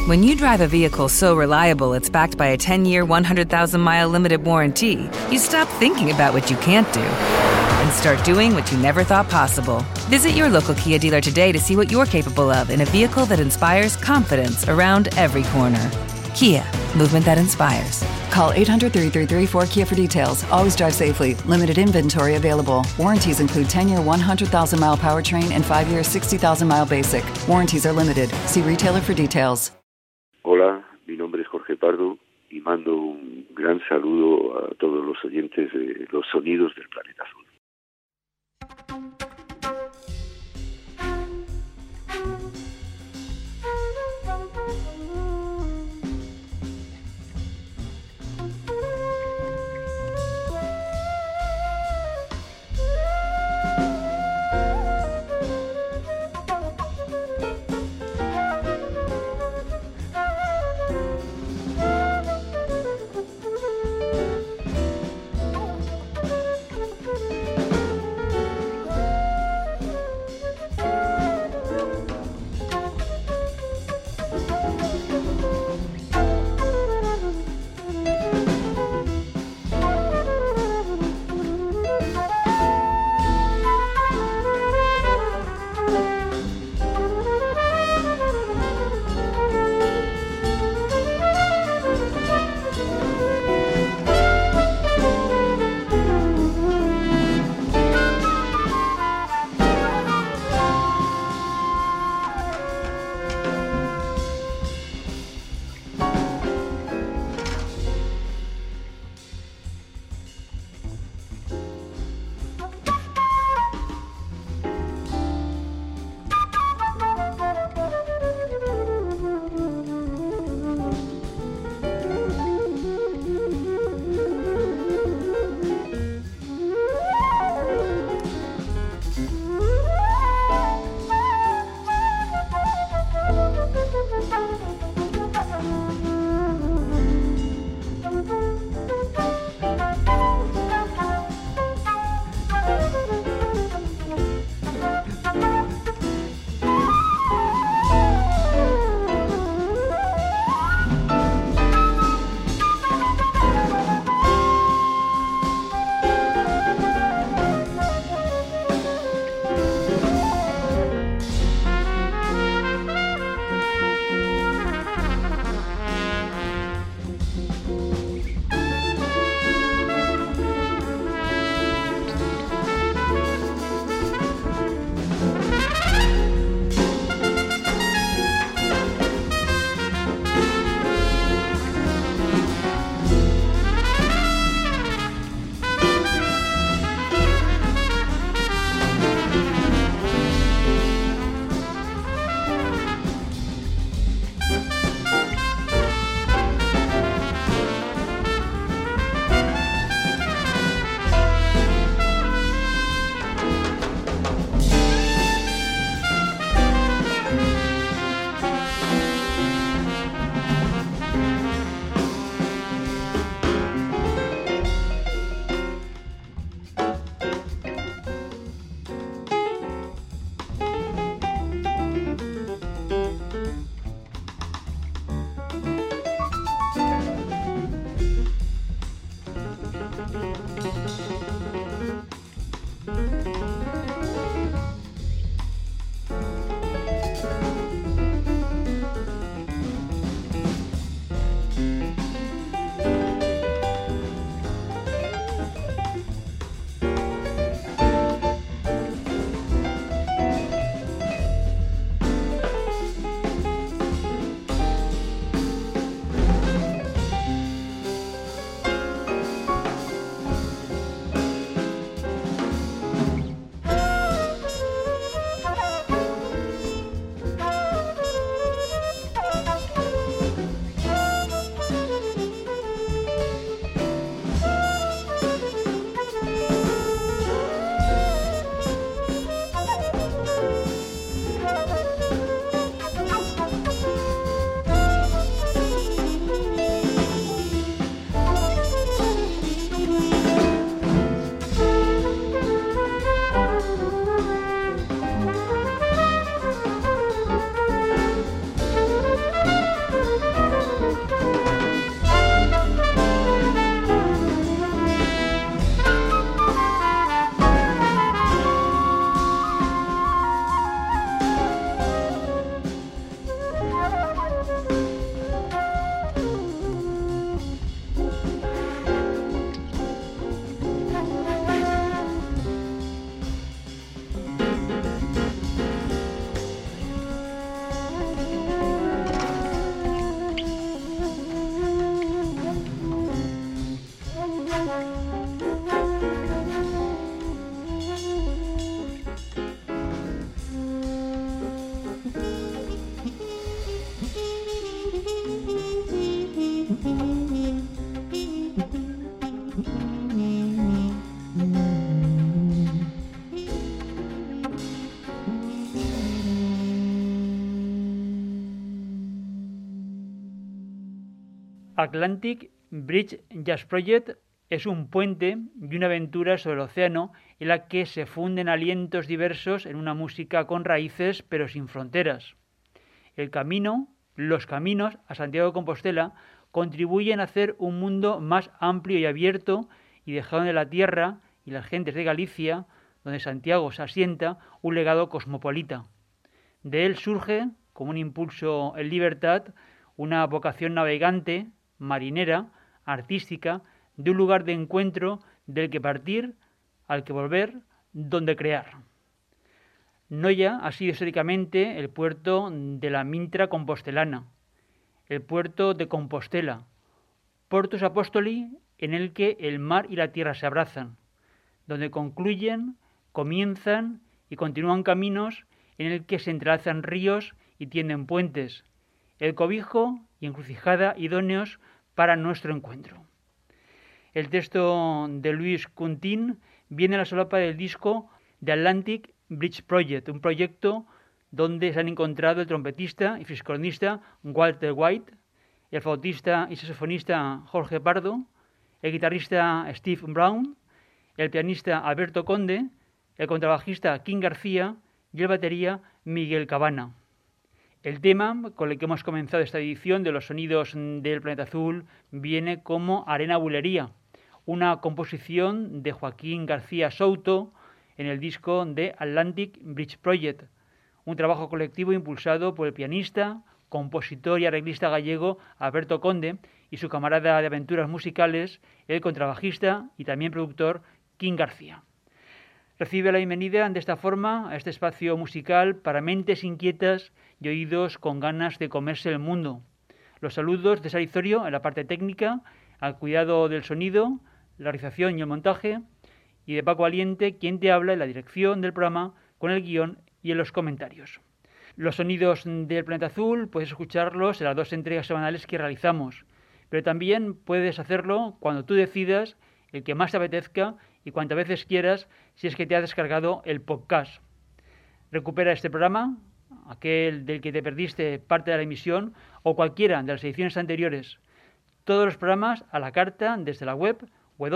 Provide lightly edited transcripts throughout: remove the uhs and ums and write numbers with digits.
When you drive a vehicle so reliable it's backed by a 10-year, 100,000-mile limited warranty, you stop thinking about what you can't do and start doing what you never thought possible. Visit your local Kia dealer today to see what you're capable of in a vehicle that inspires confidence around every corner. Kia, movement that inspires. Call 800-333-4KIA for details. Always drive safely. Limited inventory available. Warranties include 10-year 100,000-mile powertrain and 5-year 60,000-mile basic. Warranties are limited. See retailer for details. Hola, mi nombre es Jorge Pardo y mando un gran saludo a todos los oyentes de Los Sonidos del Planeta Azul. Atlantic Bridge Jazz Project es un puente y una aventura sobre el océano en la que se funden alientos diversos en una música con raíces pero sin fronteras. Los caminos a Santiago de Compostela contribuyen a hacer un mundo más amplio y abierto y dejaron de la tierra y las gentes de Galicia, donde Santiago se asienta, un legado cosmopolita. De él surge, como un impulso en libertad, una vocación navegante, marinera, artística, de un lugar de encuentro del que partir, al que volver, donde crear. Noia ha sido históricamente el puerto de la Mintra compostelana, el puerto de Compostela, Portus Apostoli, en el que el mar y la tierra se abrazan, donde concluyen, comienzan y continúan caminos en el que se entrelazan ríos y tienden puentes, el cobijo y encrucijada idóneos para nuestro encuentro. El texto de Luis Cuntín viene a la solapa del disco The Atlantic Bridge Project, un proyecto donde se han encontrado el trompetista y fliscornista Walter White, el flautista y saxofonista Jorge Pardo, el guitarrista Steve Brown, el pianista Alberto Conde, el contrabajista King García y el batería Miguel Cabana. El tema con el que hemos comenzado esta edición de los sonidos del Planeta Azul viene como Arena Bulería, una composición de Joaquín García Souto en el disco de Atlantic Bridge Project, un trabajo colectivo impulsado por el pianista, compositor y arreglista gallego Alberto Conde y su camarada de aventuras musicales, el contrabajista y también productor King García. Recibe la bienvenida de esta forma a este espacio musical para mentes inquietas y oídos con ganas de comerse el mundo. Los saludos de Sara Izorio en la parte técnica, al cuidado del sonido, la realización y el montaje, y de Paco Aliente, quien te habla en la dirección del programa, con el guión y en los comentarios. Los sonidos del Planeta Azul puedes escucharlos en las 2 entregas semanales que realizamos, pero también puedes hacerlo cuando tú decidas, el que más te apetezca y cuantas veces quieras, si es que te has descargado el podcast. Recupera este programa, aquel del que te perdiste parte de la emisión, o cualquiera de las ediciones anteriores. Todos los programas a la carta desde la web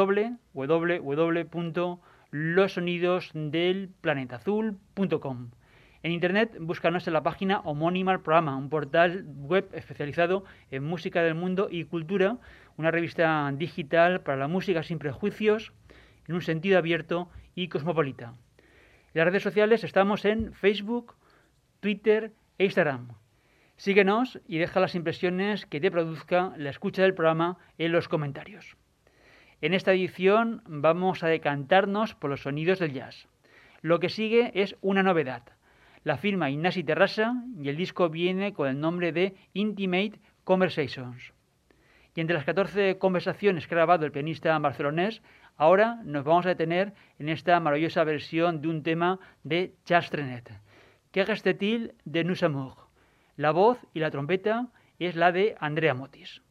www.losonidosdelplanetazul.com. En internet, búscanos en la página homónima al programa, un portal web especializado en música del mundo y cultura, una revista digital para la música sin prejuicios, en un sentido abierto y cosmopolita. En las redes sociales estamos en Facebook, Twitter e Instagram. Síguenos y deja las impresiones que te produzca la escucha del programa en los comentarios. En esta edición vamos a decantarnos por los sonidos del jazz. Lo que sigue es una novedad. La firma Ignasi Terrassa y el disco viene con el nombre de Intimate Conversations. Y entre las 14 conversaciones que ha grabado el pianista barcelonés, ahora nos vamos a detener en esta maravillosa versión de un tema de Charles Trenet, Que reste-t-il de nous amours. La voz y la trompeta es la de Andrea Motis.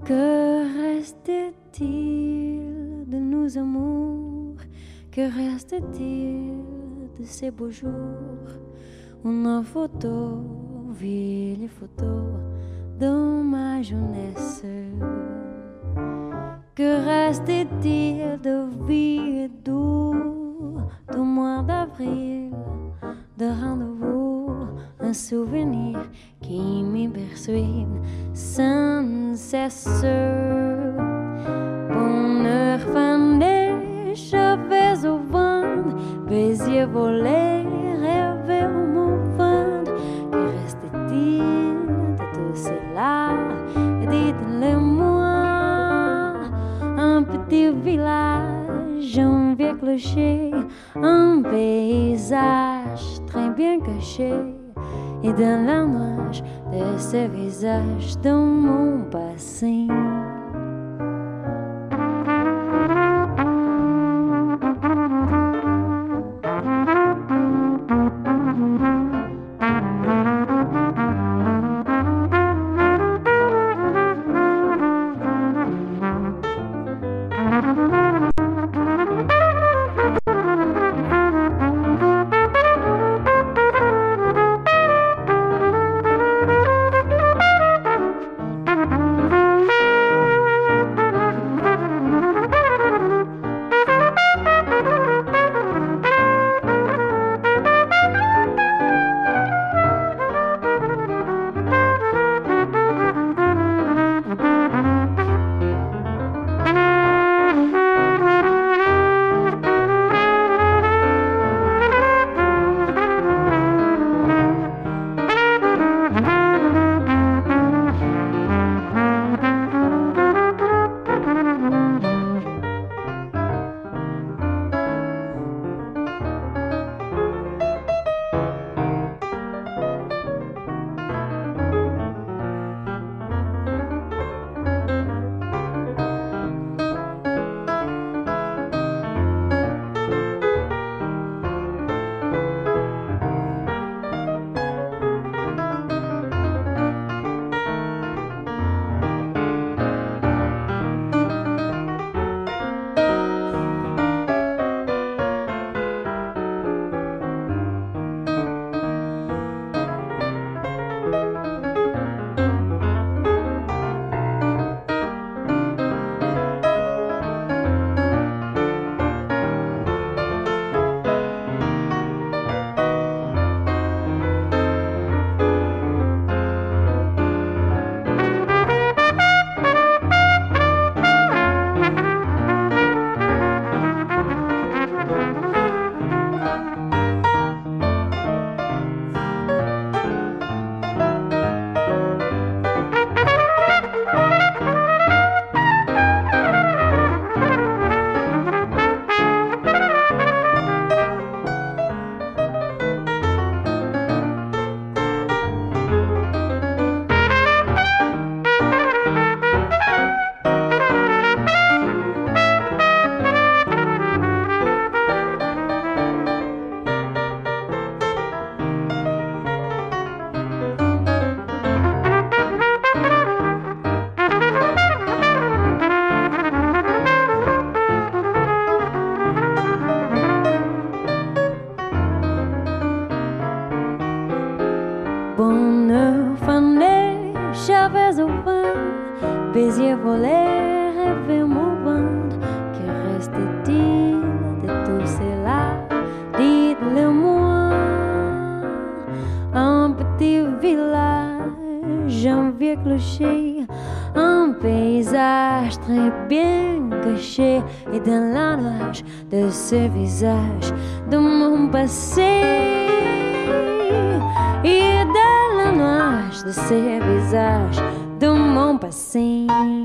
Que reste-t-il de nos amours? Que reste-t-il de ces beaux jours? Une photo, vieille photo de ma jeunesse. Que reste-t-il de vie et doux, du mois d'avril, de rendez-vous, un souvenir qui me poursuit sans cesse. Bonheur fané, cheveux au vent, baisiers volés, rêves au mouvement. Que reste-t-il de tout cela? Dites-le-moi. Un petit village, un vieux clocher, un paysage très bien caché. Et dans la nuage de ce visage de mon passé. baisiers volés, rêves mouvants. Que reste-t-il de tout cela? Dites-le-moi. Un petit village, un vieux clocher, un paysage très bien caché. Et dans la nuage de ce visage de mon passé, et dans la nuage de ce visage de mon passé.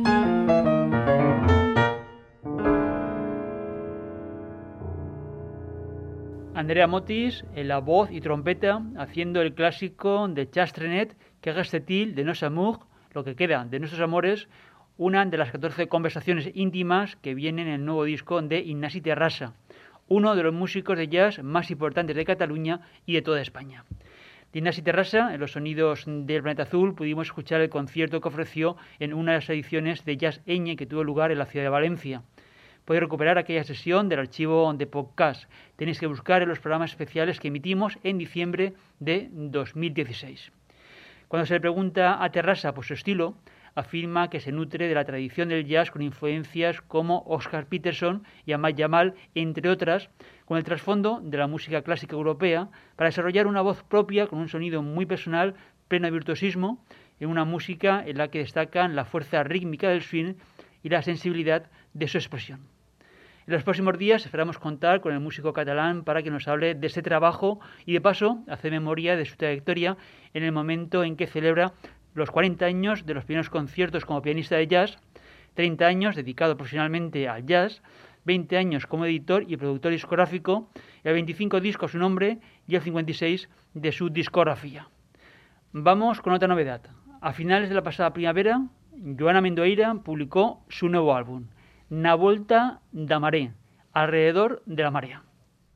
Andrea Motis en la voz y trompeta haciendo el clásico de Chastrenet, Que reste-t-il de nos amours, lo que queda de nuestros amores, una de las 14 conversaciones íntimas que vienen en el nuevo disco de Ignasi Terrassa, uno de los músicos de jazz más importantes de Cataluña y de toda España. De Ignasi Terrassa, en los sonidos del Planeta Azul, pudimos escuchar el concierto que ofreció en una de las ediciones de Jazz Eñe que tuvo lugar en la ciudad de Valencia. Podéis recuperar aquella sesión del archivo de podcast. Tenéis que buscar en los programas especiales que emitimos en diciembre de 2016. Cuando se le pregunta a Terrassa por su estilo, afirma que se nutre de la tradición del jazz con influencias como Oscar Peterson y Ahmad Jamal, entre otras, con el trasfondo de la música clásica europea, para desarrollar una voz propia con un sonido muy personal, pleno de virtuosismo, en una música en la que destacan la fuerza rítmica del swing y la sensibilidad de su expresión. En los próximos días esperamos contar con el músico catalán para que nos hable de este trabajo y de paso hacer memoria de su trayectoria en el momento en que celebra los 40 años de los primeros conciertos como pianista de jazz, 30 años dedicado profesionalmente al jazz, 20 años como editor y productor discográfico, el 25 discos a su nombre y el 56 de su discografía. Vamos con otra novedad. A finales de la pasada primavera, Joana Mendoeira publicó su nuevo álbum, Na Volta da Maré, alrededor de la marea.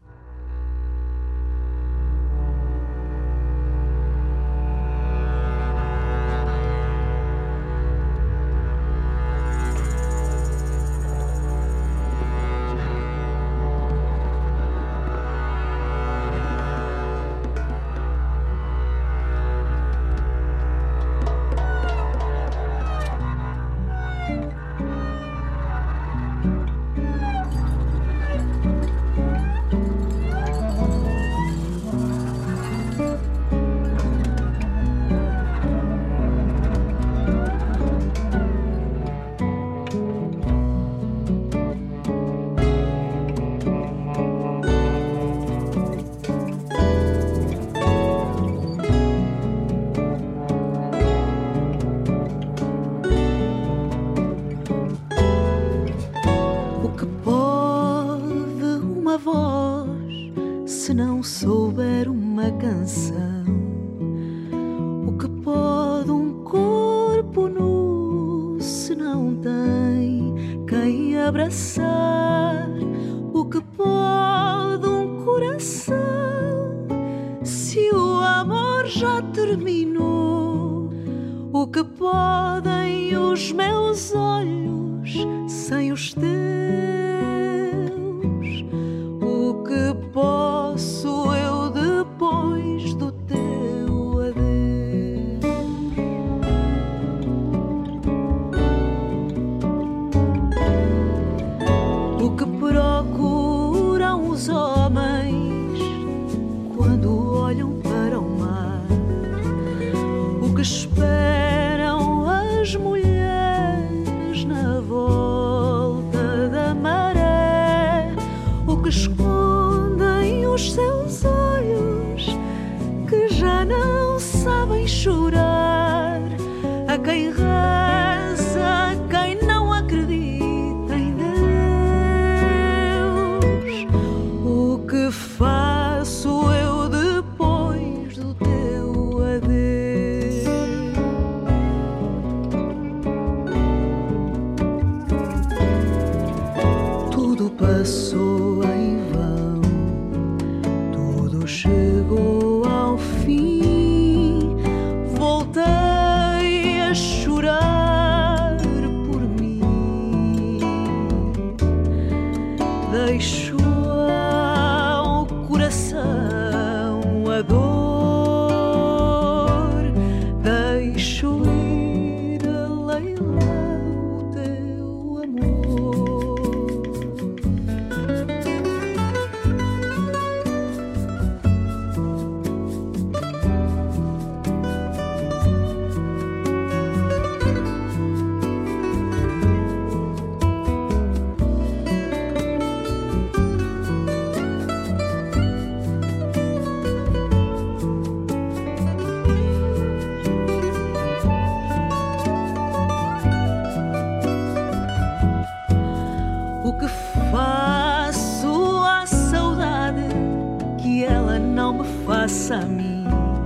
A mim,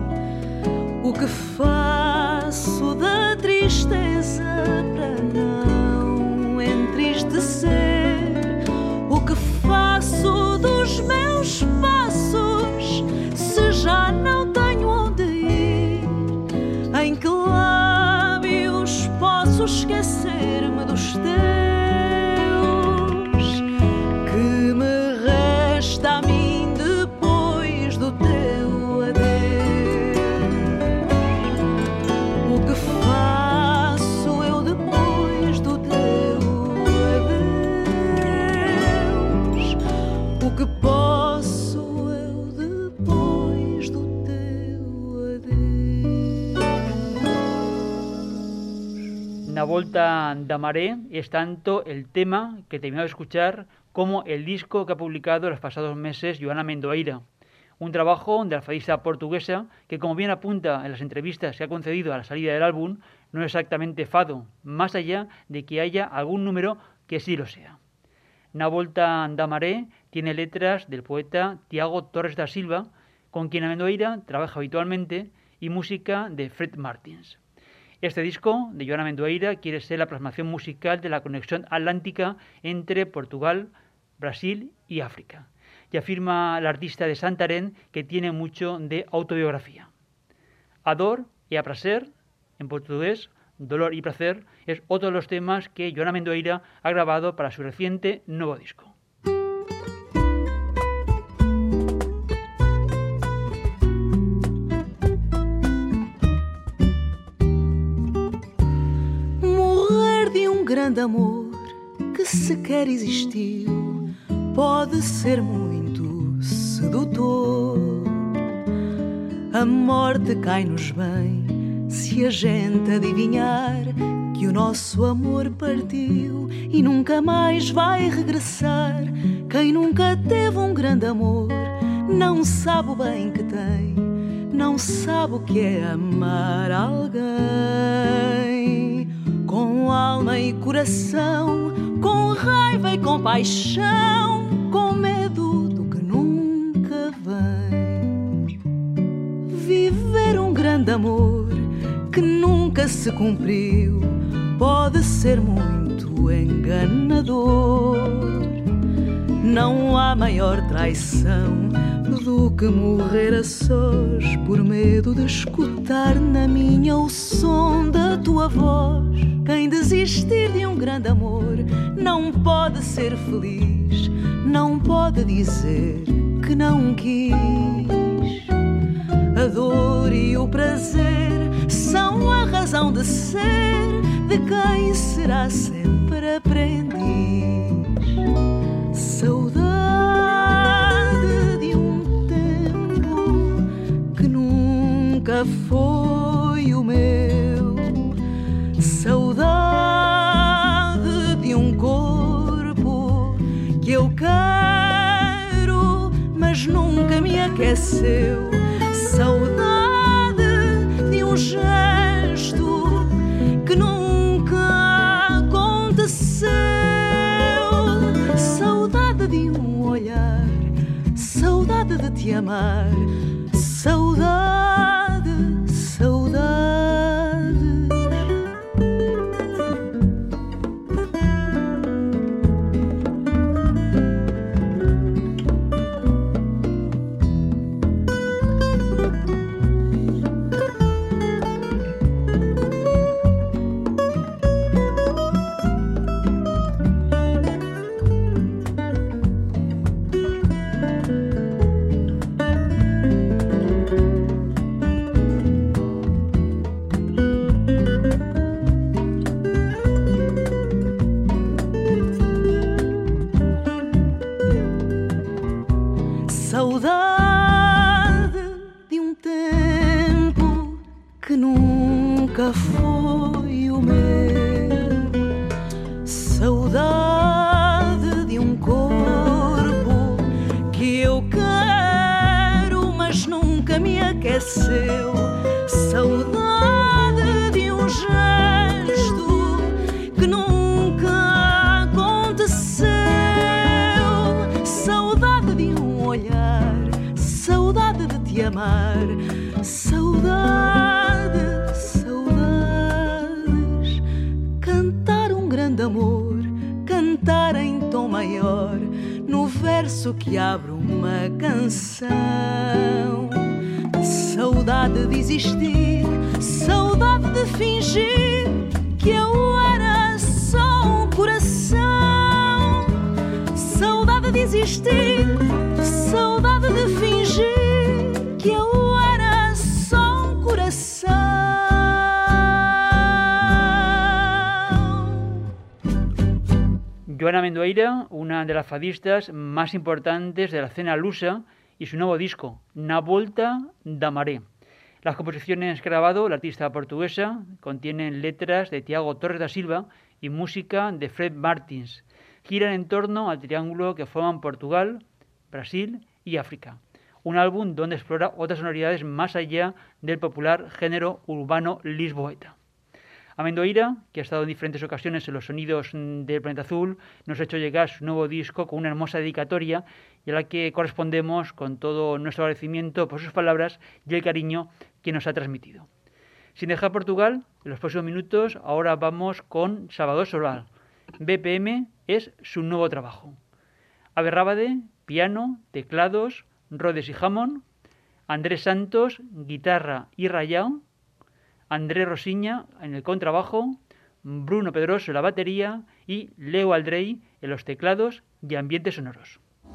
o que faço da tristeza para não entristecer, o que faço dos meus passos se já não tenho onde posso esquecer-me dos teus, que me resta a mim depois do teu adeus. O que faço eu depois do teu adeus? O que posso eu depois do teu adeus? Na Volta da Maré es tanto el tema que terminamos de escuchar como el disco que ha publicado los pasados meses Joana Amendoeira. Un trabajo de la fadista portuguesa que, como bien apunta en las entrevistas que ha concedido a la salida del álbum, no es exactamente fado, más allá de que haya algún número que sí lo sea. Na Volta da Maré tiene letras del poeta Tiago Torres da Silva, con quien Amendoeira trabaja habitualmente, y música de Fred Martins. Este disco de Joana Amendoeira quiere ser la plasmación musical de la conexión atlántica entre Portugal, Brasil y África. Y afirma la artista de Santarém que tiene mucho de autobiografía. A dor e a prazer, en portugués, dolor y placer, es otro de los temas que Joana Amendoeira ha grabado para su reciente nuevo disco. Grande amor que sequer existiu pode ser muito sedutor. A morte cai-nos bem se a gente adivinhar que o nosso amor partiu e nunca mais vai regressar. Quem nunca teve um grande amor não sabe o bem que tem, não sabe o que é amar alguém. Com alma e coração, com raiva e com paixão, com medo do que nunca vem. Viver um grande amor que nunca se cumpriu pode ser muito enganador. Não há maior traição do que morrer a sós por medo de escutar na minha o som da tua voz. Quem desistir de um grande amor não pode ser feliz, não pode dizer que não quis. A dor e o prazer são a razão de ser de quem será sempre aprendiz. Saudade de um tempo que nunca foi o meu. Saudade de um corpo que eu quero, mas nunca me aqueceu. Saudade de um gesto que nunca aconteceu. Saudade de um olhar, saudade de te amar. Saudade, saudade. Saudade de um gesto que nunca aconteceu. Saudade de um olhar, saudade de te amar. Saudade, saudades. Cantar um grande amor, cantar em tom maior, no verso que abre uma canção. Saudade de existir, saudade de fingir que eu Joana Amendoeira, una de las fadistas más importantes de la escena lusa, y su nuevo disco, Na Volta da Maré. Las composiciones que ha grabado la artista portuguesa contienen letras de Tiago Torres da Silva y música de Fred Martins. Giran en torno al triángulo que forman Portugal, Brasil y África. Un álbum donde explora otras sonoridades más allá del popular género urbano lisboeta. Amendoeira, que ha estado en diferentes ocasiones en los sonidos del Planeta Azul, nos ha hecho llegar su nuevo disco con una hermosa dedicatoria y a la que correspondemos con todo nuestro agradecimiento por sus palabras y el cariño que nos ha transmitido. Sin dejar Portugal, en los próximos minutos ahora vamos con Salvador Sobral. BPM es su nuevo trabajo. Abe Rábade, piano, teclados, Rhodes y Hammond, Andrés Santos, guitarra y rayao, Andrés Rosiña en el contrabajo, Bruno Pedroso en la batería y Leo Aldrey en los teclados y ambientes sonoros.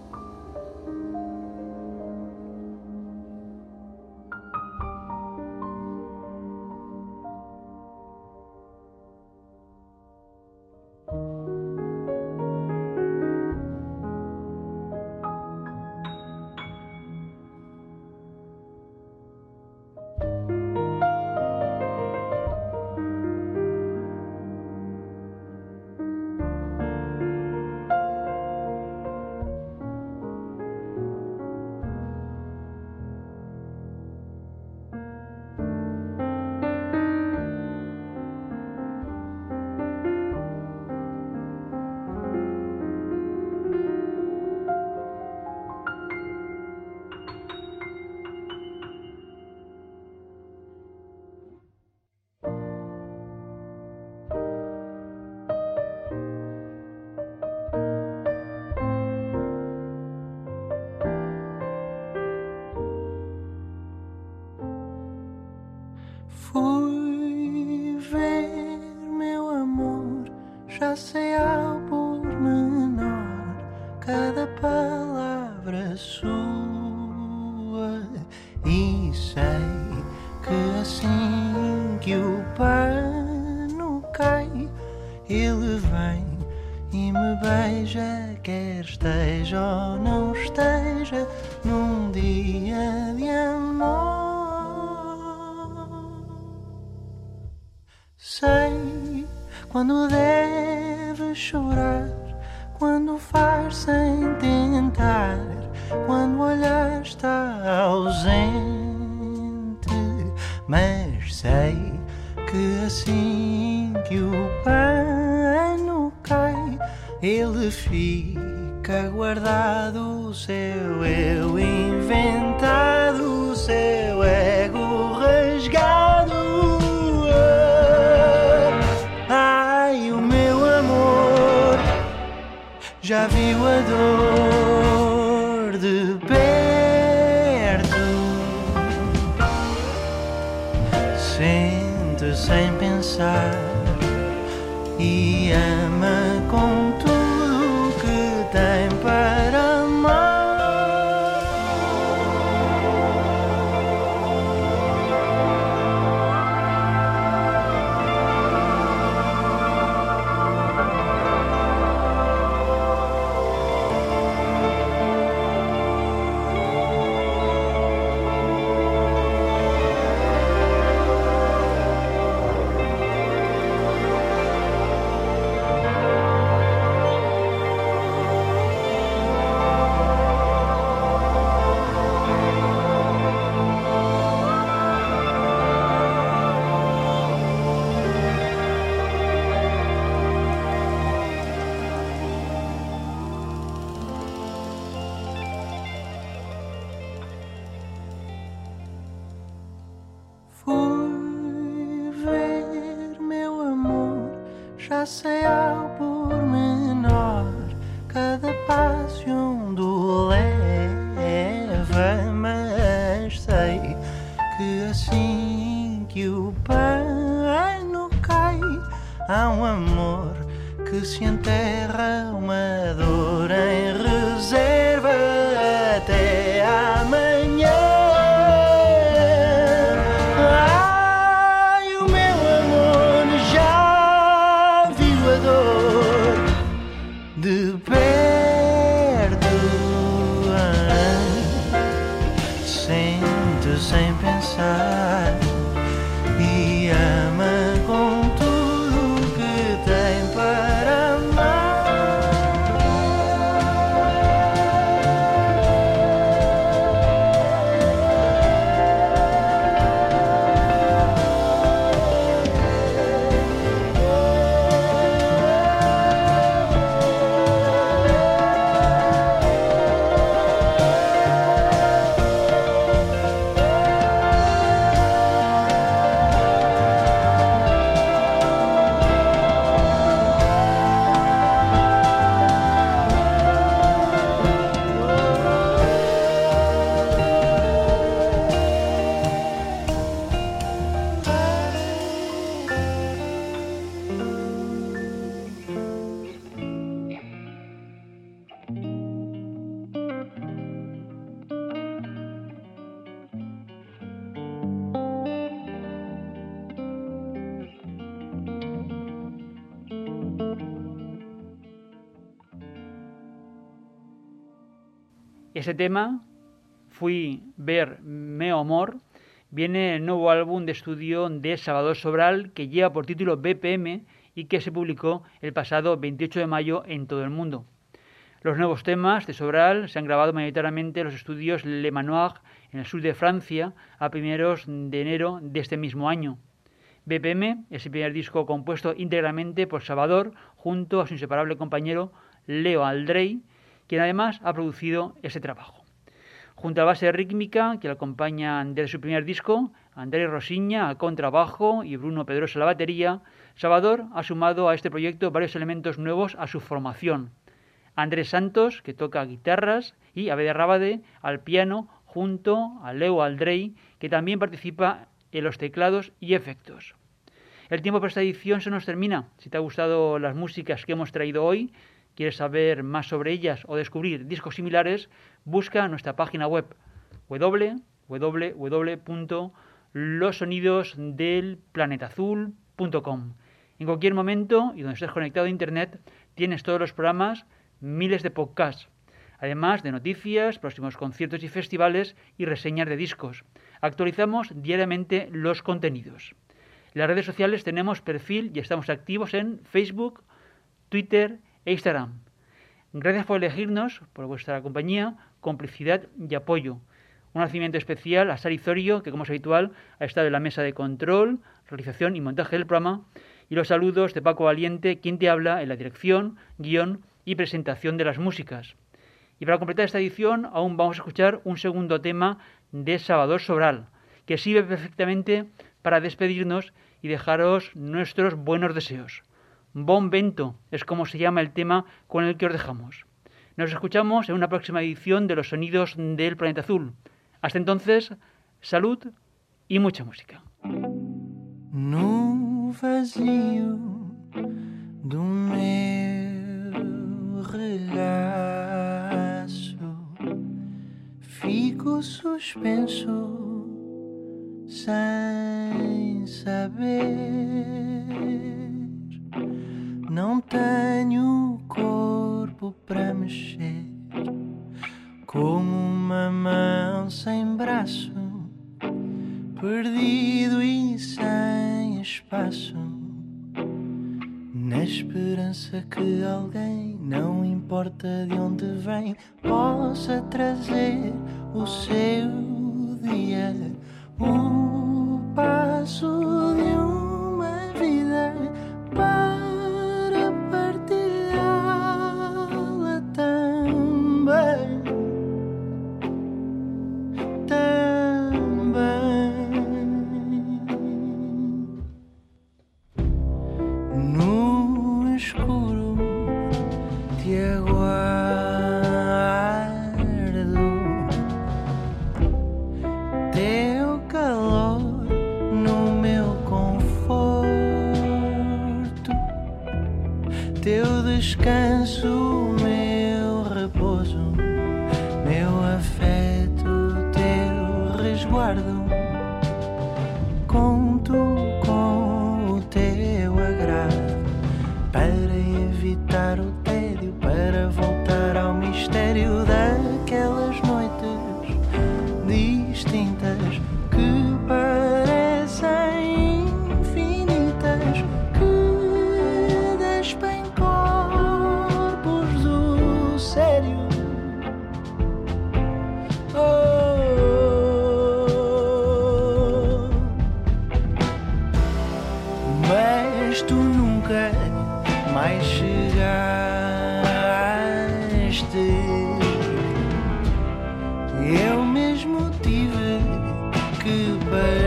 Fui ver, meu amor, já sei ao pormenor cada palavra sua e sei que assim que o pano cai, ele vem e me beija, quer esteja ou não esteja num dia de amor. Sei quando deve chorar, quando faz sem tentar, quando o olhar está ausente, mas sei que assim que o pano cai, ele fica guardado, o seu eu inventado, o seu ego rasgado. Ai, o meu amor já viu a dor de perto, sente sem pensar e ama com tudo que tem para amar. Fui ver, meu amor, já sei ao pormenor cada passo onde o leva, mas sei que assim que o pano cai, há um amor que se enterra, uma dor em reserva até amanhã. Ese tema, Fui ver meu amor, viene el nuevo álbum de estudio de Salvador Sobral, que lleva por título BPM y que se publicó el pasado 28 de mayo en todo el mundo. Los nuevos temas de Sobral se han grabado mayoritariamente en los estudios Le Manoir, en el sur de Francia, a primeros de enero de este mismo año. BPM es el primer disco compuesto íntegramente por Salvador, junto a su inseparable compañero Leo Aldrey, quien además ha producido ese trabajo. Junto a la base rítmica que le acompaña desde su primer disco, Andrés Rosiña al contrabajo y Bruno Pedrosa a la batería, Salvador ha sumado a este proyecto varios elementos nuevos a su formación. Andrés Santos, que toca guitarras, y Abel Rábade al piano, junto a Leo Aldrey, que también participa en los teclados y efectos. El tiempo para esta edición se nos termina. Si te han gustado las músicas que hemos traído hoy, quieres saber más sobre ellas o descubrir discos similares, busca nuestra página web www.losonidosdelplanetazul.com. En cualquier momento y donde estés conectado a internet tienes todos los programas, miles de podcasts, además de noticias, próximos conciertos y festivales y reseñas de discos. Actualizamos diariamente los contenidos. En las redes sociales tenemos perfil y estamos activos en Facebook, Twitter e Instagram. Gracias por elegirnos, por vuestra compañía, complicidad y apoyo. Un agradecimiento especial a Sari Zorio, que como es habitual ha estado en la mesa de control, realización y montaje del programa, y los saludos de Paco Valiente, quien te habla en la dirección, guión y presentación de las músicas. Y para completar esta edición aún vamos a escuchar un segundo tema de Salvador Sobral, que sirve perfectamente para despedirnos y dejaros nuestros buenos deseos. Bon Vento es como se llama el tema con el que os dejamos. Nos escuchamos en una próxima edición de Los Sonidos del Planeta Azul. Hasta entonces, salud y mucha música. No vazio do meu regaço fico suspenso sem saber. Não tenho corpo para mexer, como uma mão sem braço, perdido e sem espaço, na esperança que alguém, não importa de onde vem, possa trazer o seu dia, o passo de uma vida para partilhá-la também, no escuro te aguardo, teu calor no meu conforto, teu descanso, meu repouso, meu afeto, teu resguardo. Conto com o teu agrado para evitar o tédio, para voltar ao mistério daquelas noites distintas que parecem infinitas, que despem corpos do sério. Mas tu nunca mais chegaste. Eu mesmo tive que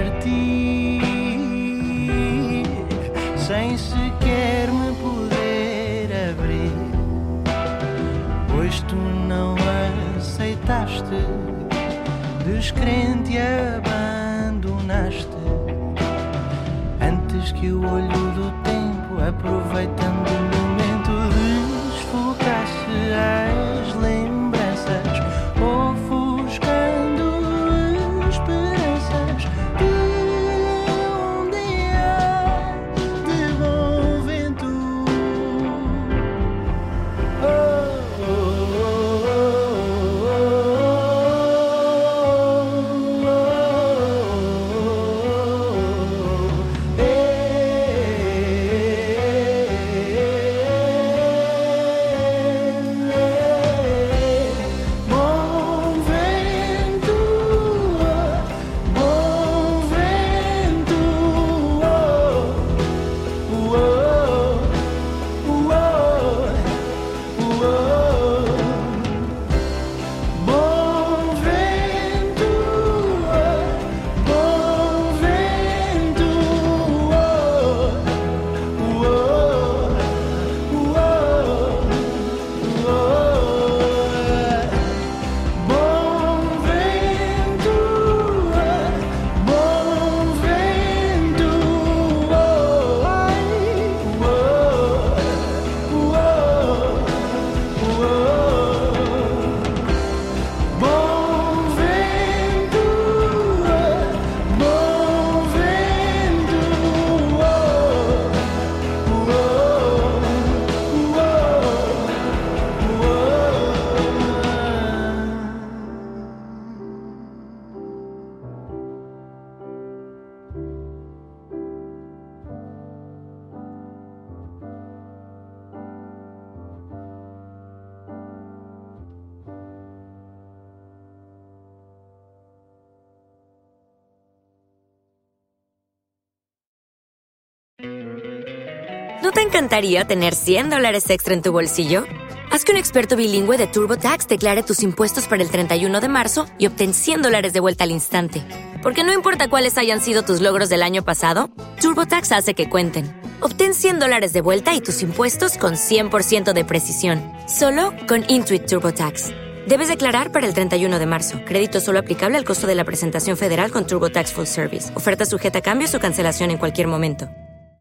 partir sem sequer me poder abrir, pois tu não aceitaste, descrente abandonaste, antes que o olho do tempo, aproveitando o momento, desfocasse as lembranças, ofuscando esperanças de um dia de bom vento. Oh, oh, oh, oh, oh. ¿No te encantaría tener $100 extra en tu bolsillo? Haz que un experto bilingüe de TurboTax declare tus impuestos para el 31 de marzo y obtén $100 de vuelta al instante. Porque no importa cuáles hayan sido tus logros del año pasado, TurboTax hace que cuenten. Obtén $100 de vuelta y tus impuestos con 100% de precisión. Solo con Intuit TurboTax. Debes declarar para el 31 de marzo. Crédito solo aplicable al costo de la presentación federal con TurboTax Full Service. Oferta sujeta a cambios o cancelación en cualquier momento.